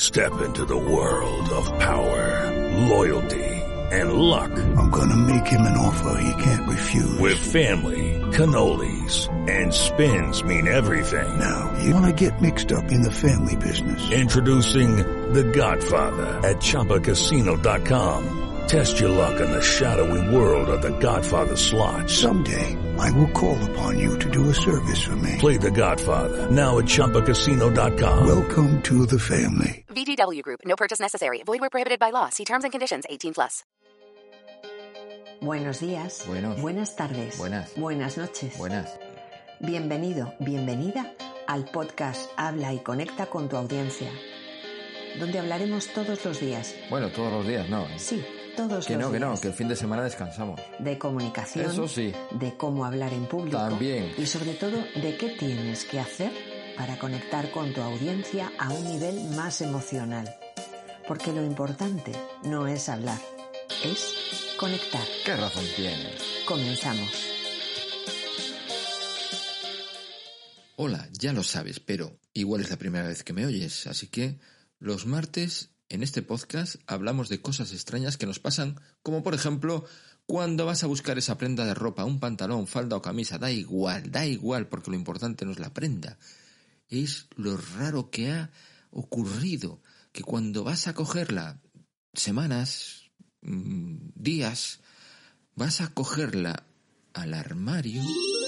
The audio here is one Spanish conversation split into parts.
Step into the world of power, loyalty, and luck. I'm gonna make him an offer he can't refuse. With family, cannolis, and spins mean everything. Now, you wanna get mixed up in the family business. Introducing The Godfather at ChumbaCasino.com. Test your luck in the shadowy world of The Godfather slot. Someday, I will call upon you to do a service for me. Play The Godfather, now at ChumbaCasino.com. Welcome to the family. VGW Group. No purchase necessary. Void where prohibited by law. See terms and conditions. 18+. Buenos días. Buenas tardes. Buenas noches. Bienvenido, bienvenida al podcast Habla y Conecta con tu audiencia, donde hablaremos todos los días. Bueno, todos los días no. Sí, todos los días. Que no, que el fin de semana descansamos. De comunicación. Eso sí. De cómo hablar en público. También. Y sobre todo, de qué tienes que hacer para conectar con tu audiencia a un nivel más emocional. Porque lo importante no es hablar, es conectar. ¿Qué razón tienes? Comenzamos. Hola, ya lo sabes, pero igual es la primera vez que me oyes, así que los martes en este podcast hablamos de cosas extrañas que nos pasan, como por ejemplo cuando vas a buscar esa prenda de ropa, un pantalón, falda o camisa, da igual, porque lo importante no es la prenda. Es lo raro que ha ocurrido, que cuando vas a cogerla, semanas, días, vas a cogerla al armario,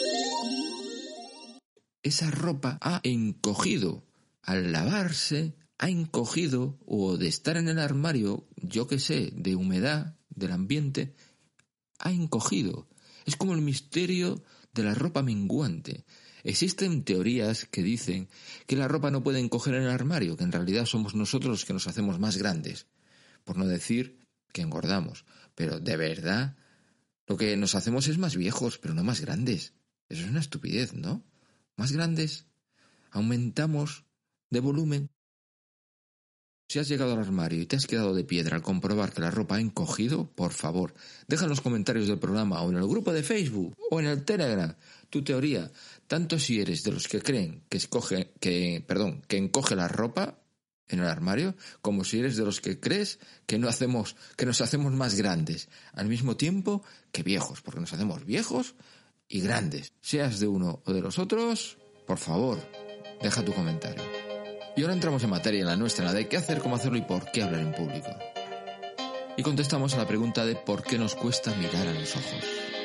esa ropa ha encogido al lavarse, ha encogido, o de estar en el armario, yo qué sé, de humedad, del ambiente, ha encogido. Es como el misterio de la ropa menguante. Existen teorías que dicen que la ropa no puede encoger en el armario, que en realidad somos nosotros los que nos hacemos más grandes, por no decir que engordamos. Pero de verdad, lo que nos hacemos es más viejos, pero no más grandes. Eso es una estupidez, ¿no? Más grandes, aumentamos de volumen. Si has llegado al armario y te has quedado de piedra al comprobar que la ropa ha encogido, por favor, deja en los comentarios del programa o en el grupo de Facebook o en el Telegram tu teoría, tanto si eres de los que creen que encoge la ropa en el armario, como si eres de los que crees que nos hacemos más grandes, al mismo tiempo que viejos, porque nos hacemos viejos y grandes. Seas de uno o de los otros, por favor, deja tu comentario. Y ahora entramos en materia, en la nuestra, la de qué hacer, cómo hacerlo y por qué hablar en público. Y contestamos a la pregunta de por qué nos cuesta mirar a los ojos.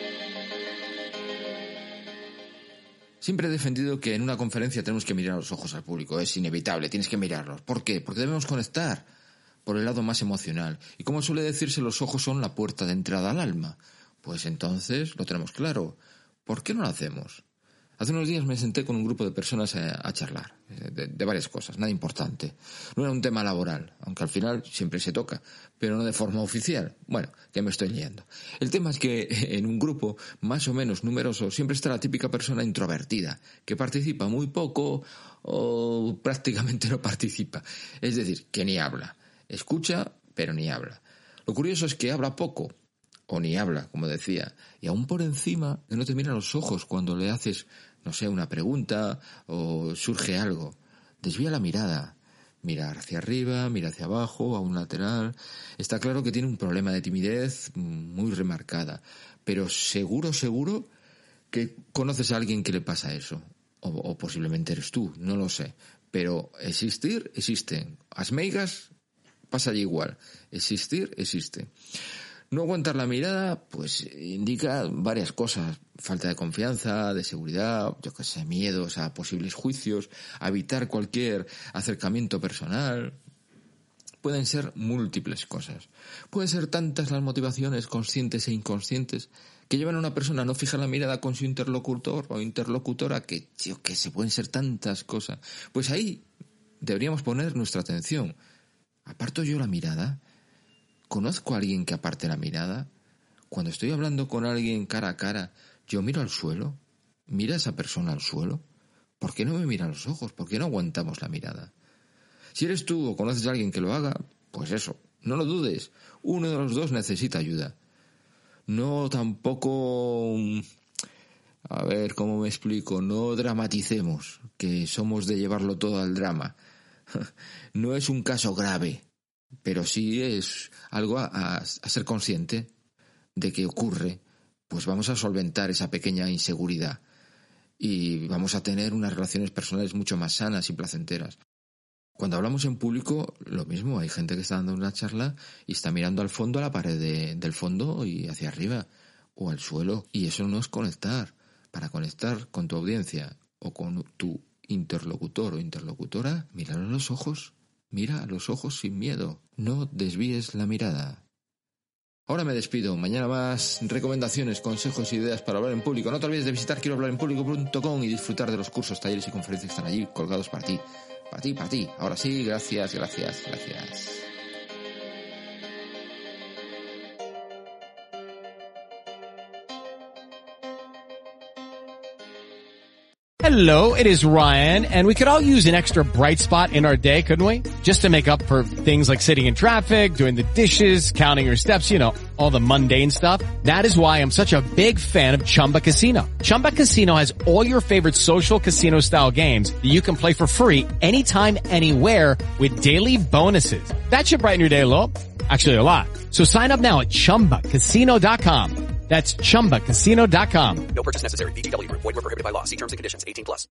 Siempre he defendido que en una conferencia tenemos que mirar a los ojos al público, es inevitable, tienes que mirarlos. ¿Por qué? Porque debemos conectar por el lado más emocional. Y como suele decirse, los ojos son la puerta de entrada al alma. Pues entonces lo tenemos claro. ¿Por qué no lo hacemos? Hace unos días me senté con un grupo de personas a charlar de varias cosas, nada importante. No era un tema laboral, aunque al final siempre se toca, pero no de forma oficial. Bueno, que me estoy liando. El tema es que en un grupo más o menos numeroso siempre está la típica persona introvertida, que participa muy poco o prácticamente no participa. Es decir, que ni habla. Escucha, pero ni habla. Lo curioso es que habla poco, o ni habla, como decía, y aún por encima que no te mira a los ojos cuando le haces, no sé, una pregunta o surge algo. Desvía la mirada, mira hacia arriba, mira hacia abajo, a un lateral. Está claro que tiene un problema de timidez muy remarcada, pero seguro que conoces a alguien que le pasa eso, o posiblemente eres tú, no lo sé, pero existen. As meigas pasa allí igual, existe. No aguantar la mirada, pues indica varias cosas. Falta de confianza, de seguridad, yo qué sé, miedos a posibles juicios, a evitar cualquier acercamiento personal. Pueden ser múltiples cosas. Pueden ser tantas las motivaciones conscientes e inconscientes que llevan a una persona a no fijar la mirada con su interlocutor o interlocutora, que, yo qué sé, pueden ser tantas cosas. Pues ahí deberíamos poner nuestra atención. ¿Aparto yo la mirada? ¿Conozco a alguien que aparte la mirada? Cuando estoy hablando con alguien cara a cara, ¿yo miro al suelo? ¿Mira esa persona al suelo? ¿Por qué no me mira a los ojos? ¿Por qué no aguantamos la mirada? Si eres tú o conoces a alguien que lo haga, pues eso, no lo dudes. Uno de los dos necesita ayuda. No tampoco... A ver, ¿cómo me explico? No dramaticemos, que somos de llevarlo todo al drama. No es un caso grave, pero sí es algo a ser consciente de que ocurre. Pues vamos a solventar esa pequeña inseguridad y vamos a tener unas relaciones personales mucho más sanas y placenteras. Cuando hablamos en público, lo mismo, hay gente que está dando una charla y está mirando al fondo, a la pared del fondo y hacia arriba o al suelo, y eso no es conectar. Para conectar con tu audiencia o con tu interlocutor o interlocutora, míralo a los ojos, mira a los ojos sin miedo, no desvíes la mirada. Ahora me despido, mañana más recomendaciones, consejos e ideas para hablar en público. No te olvides de visitar quierohablarenpublico.com y disfrutar de los cursos, talleres y conferencias que están allí colgados para ti. Para ti, para ti. Ahora sí, gracias. Hello, it is Ryan, and we could all use an extra bright spot in our day, couldn't we? Just to make up for things like sitting in traffic, doing the dishes, counting your steps, all the mundane stuff. That is why I'm such a big fan of Chumba Casino. Chumba Casino has all your favorite social casino-style games that you can play for free anytime, anywhere with daily bonuses. That should brighten your day a little. Actually, a lot. So sign up now at ChumbaCasino.com. That's ChumbaCasino.com. No purchase necessary. VGW Group. Void where prohibited by law. See terms and conditions. 18+.